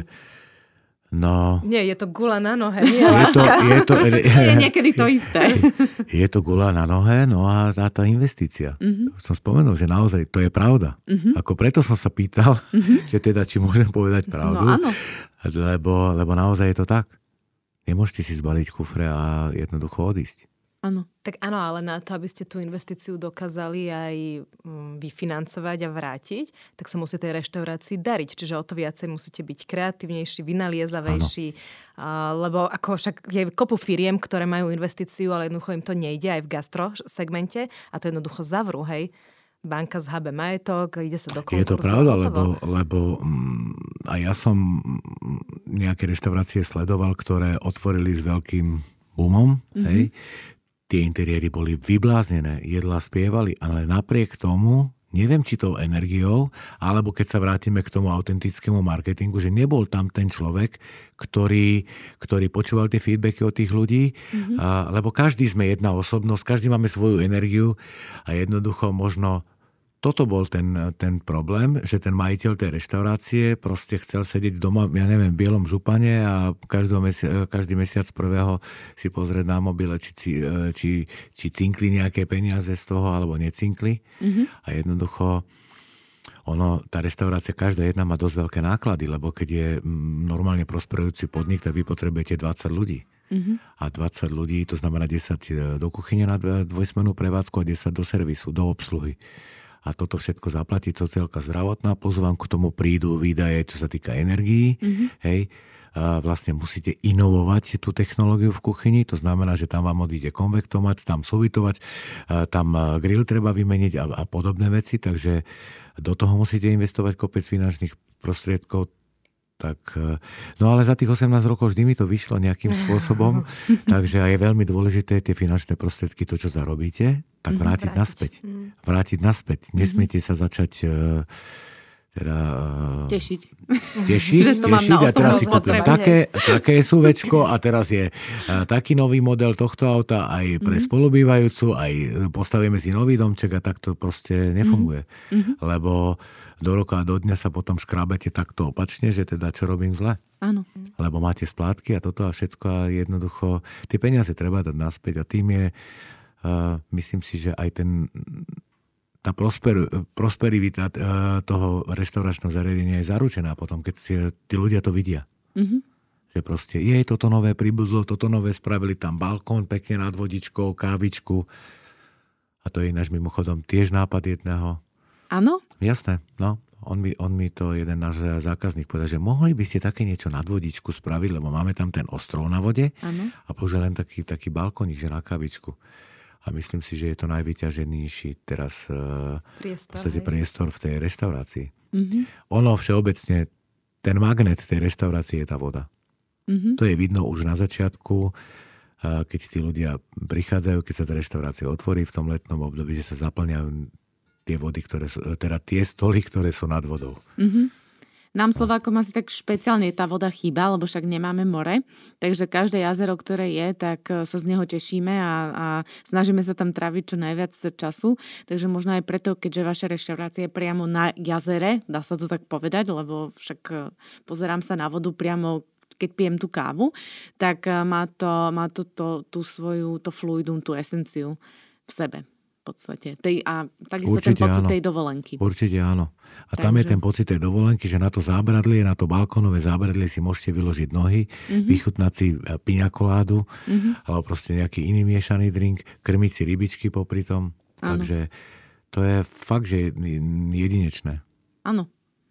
No. Nie, je to guľa na nohe, nie je láska. To, je, to, je niekedy to isté. Je to guľa na nohe, no a tá, tá investícia. Mm-hmm. To som spomenul, že naozaj to je pravda. Mm-hmm. Ako preto som sa pýtal, mm-hmm. že teda, či môžem povedať pravdu. No áno. Lebo, lebo naozaj je to tak. Nemôžete si zbaliť kufre a jednoducho odísť. Áno. Tak áno, ale na to, aby ste tú investíciu dokázali aj vyfinancovať a vrátiť, tak sa musí tej reštaurácii dariť. Čiže o to viacej musíte byť kreatívnejší, vynaliezavejší. Uh, lebo ako však je kopu firiem, ktoré majú investíciu, ale jednoducho im to nejde aj v gastro segmente a to jednoducho zavrú, hej. Banka zhabe majetok, ide sa do konkursu. Je to pravda, lebo, lebo mm, a ja som nejaké reštaurácie sledoval, ktoré otvorili s veľkým boomom, mm-hmm. hej. Tie interiéry boli vybláznené, jedlá spievali, ale napriek tomu, neviem, či tou energiou, alebo keď sa vrátime k tomu autentickému marketingu, že nebol tam ten človek, ktorý, ktorý počúval tie feedbacky od tých ľudí, mm-hmm. a, lebo každý sme jedna osobnosť, každý máme svoju energiu a jednoducho možno toto bol ten, ten problém, že ten majiteľ tej reštaurácie proste chcel sedieť doma, ja neviem, v bielom župane a mesi- každý mesiac prvého si pozrieť na mobile, či, či, či cinkli nejaké peniaze z toho, alebo necinkli. Mm-hmm. A jednoducho ono, tá reštaurácia, každá jedna má dosť veľké náklady, lebo keď je normálne prosperujúci podnik, tak vy potrebujete dvadsať ľudí. Mm-hmm. A dvadsať ľudí, to znamená desať do kuchyne na dvojsmennú prevádzku a desať do servisu, do obsluhy. A toto všetko zaplatí sociálka zdravotná, plus vám k tomu prídu výdaje, čo sa týka energií. Mm-hmm. Hej. A vlastne musíte inovovať tú technológiu v kuchyni, to znamená, že tam vám odíde konvektomat, tam súvitovač, tam grill treba vymeniť a, a podobné veci, takže do toho musíte investovať kopec finančných prostriedkov. Tak, no ale za tých osemnásť rokov vždy mi to vyšlo nejakým spôsobom, takže je veľmi dôležité tie finančné prostriedky, to, čo zarobíte, tak vrátiť, vrátiť. naspäť. Vrátiť naspäť. Nesmiete sa začať teda... Tešiť. Tešiť, tešiť a teraz si kúpim také, také SUVčko a teraz je taký nový model tohto auta aj pre mm-hmm. spolubývajúcu, aj postavíme si nový domček a tak to proste nefunguje. Mm-hmm. Lebo do roka a do dňa sa potom škrábete takto opačne, že teda čo robím zle. Áno. Lebo máte splátky a toto a všetko a jednoducho tie peniaze treba dať naspäť a tým je Uh, myslím si, že aj ten, tá prosper, prosperivita uh, toho reštauračného zariadenia je zaručená potom, keď si, tí ľudia to vidia. Mm-hmm. Že proste, jej, toto nové pribudlo, toto nové spravili tam balkón pekne nad vodičkou, kávičku. A to je ináč mimochodom tiež nápad jedného. Áno? Jasné, no. On mi, on mi to jeden náš zákazník povedal, že mohli by ste také niečo nad vodičku spraviť, lebo máme tam ten ostrov na vode ano. A použil len taký, taký balkónik, že na kávičku. A myslím si, že je to najvyťaženejší teraz priestor, v podstate priestor v tej reštaurácii. Mm-hmm. Ono všeobecne, ten magnet tej reštaurácie je tá voda. Mm-hmm. To je vidno už na začiatku, keď tí ľudia prichádzajú, keď sa tá reštaurácia otvorí v tom letnom období, že sa zaplňajú tie vody, ktoré sú, teda tie stoly, ktoré sú nad vodou. Mm-hmm. Nám Slovákom asi tak špeciálne tá voda chýba, lebo však nemáme more, takže každé jazero, ktoré je, tak sa z neho tešíme a, a snažíme sa tam tráviť čo najviac času, takže možno aj preto, keďže vaša reštaurácia je priamo na jazere, dá sa to tak povedať, lebo však pozerám sa na vodu priamo, keď pijem tú kávu, tak má to, má to, to tú svoju, to fluidum, tú esenciu v sebe. V podstate. Tej, a takisto určite ten pocit áno. tej dovolenky. Určite áno. A Takže... tam je ten pocit tej dovolenky, že na to zábradlie, na to balkónové zábradlie si môžete vyložiť nohy, mm-hmm. vychutnať si piňakoládu, mm-hmm. alebo proste nejaký iný miešaný drink, krmiť si rybičky popri tom. Áno. Takže to je fakt, že jedinečné. Áno.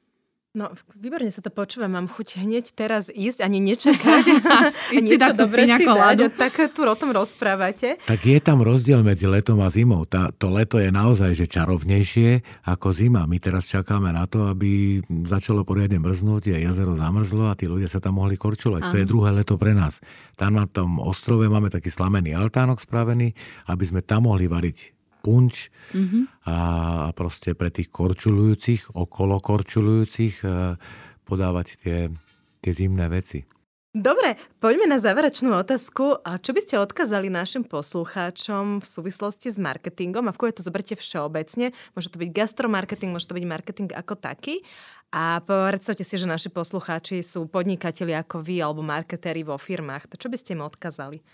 No, výborne sa to počúva. Mám chuť hneď teraz ísť, ani nečakať. a niečo dobre si dať. Tak tu o tom rozprávate. Tak je tam rozdiel medzi letom a zimou. Tá, to leto je naozaj že čarovnejšie ako zima. My teraz čakáme na to, aby začalo poriadne mrznúť a jazero zamrzlo a tí ľudia sa tam mohli korčulovať. Aha. To je druhé leto pre nás. Tam na tom ostrove máme taký slamený altánok spravený, aby sme tam mohli variť punč mm-hmm. a proste pre tých korčulujúcich, okolo korčulujúcich podávať tie, tie zimné veci. Dobre, poďme na záverečnú otázku. A čo by ste odkázali našim poslucháčom v súvislosti s marketingom? A v koje to zoberte všeobecne? Môže to byť gastromarketing, môže to byť marketing ako taký. A predstavte si, že naši poslucháči sú podnikatelia ako vy alebo marketéri vo firmách. To čo by ste im odkázali?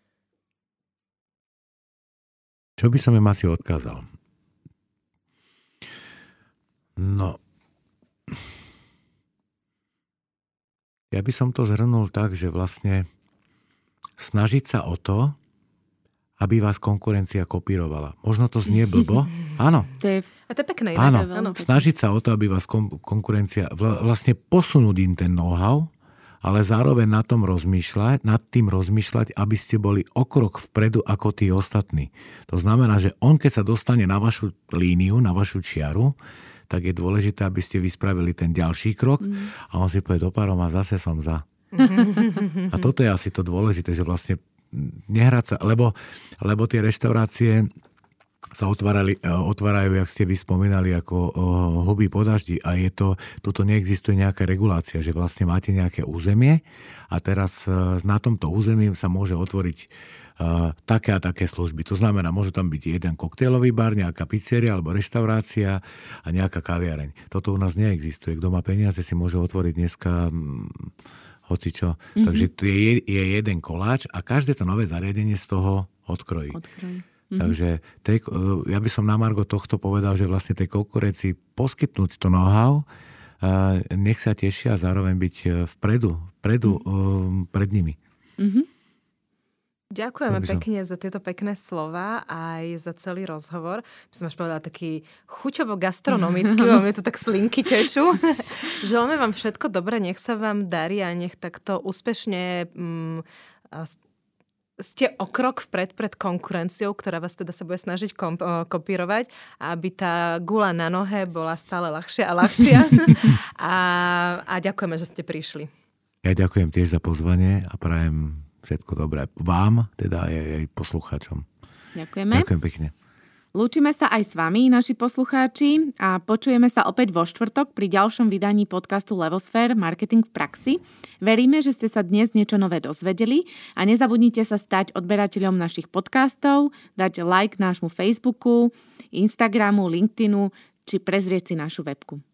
Čo by som im asi odkázal? No, ja by som to zhrnul tak, že vlastne snažiť sa o to, aby vás konkurencia kopírovala. Možno to znie blbo. Áno. To je, a to je pekné. Áno. Áno. Snažiť sa o to, aby vás konkurencia vlastne posunúť im ten know-how, ale zároveň na tom rozmýšľať, nad tým rozmýšľať, aby ste boli o krok vpredu ako tí ostatní. To znamená, že on, keď sa dostane na vašu líniu, na vašu čiaru, tak je dôležité, aby ste vyspravili ten ďalší krok mm. a on si povie, do párov a zase som za. A toto je asi to dôležité, že vlastne nehrať sa, lebo, lebo tie reštaurácie sa otvárali, otvárajú, jak ste vy spomínali, ako uh, huby po daždi a je to, tuto neexistuje nejaká regulácia, že vlastne máte nejaké územie a teraz uh, na tomto území sa môže otvoriť uh, také a také služby. To znamená, môže tam byť jeden koktejlový bar, nejaká pizzeria alebo reštaurácia a nejaká kaviareň. Toto u nás neexistuje. Kto má peniaze, si môže otvoriť dneska um, hocičo. Mm-hmm. Takže to je, je jeden koláč a každé to nové zariadenie z toho odkrojí. Odkrojí. Takže tej, ja by som na margo tohto povedal, že vlastne tej konkurencii poskytnúť to know-how, nech sa tešia a zároveň byť vpredu, vpredu mm. pred nimi. Mm-hmm. Ďakujeme som... pekne za tieto pekné slova aj za celý rozhovor. By som až povedala taký chuťovo-gastronomický, lebo mi tu tak slinky tečú. Želáme vám všetko dobré, nech sa vám darí a nech takto úspešne... Mm, ste o krok vpred pred konkurenciou, ktorá vás teda sa bude snažiť komp- kopírovať, aby tá guľa na nohe bola stále ľahšia a ľahšia. a, a ďakujeme, že ste prišli. Ja ďakujem tiež za pozvanie a prajem všetko dobré vám, teda aj, aj poslucháčom. Ďakujeme. Ďakujem pekne. Lúčime sa aj s vami, naši poslucháči, a počujeme sa opäť vo štvrtok pri ďalšom vydaní podcastu Levosphere Marketing v praxi. Veríme, že ste sa dnes niečo nové dozvedeli a nezabudnite sa stať odberateľom našich podcastov, dať like nášmu Facebooku, Instagramu, LinkedInu či prezrieť si našu webku.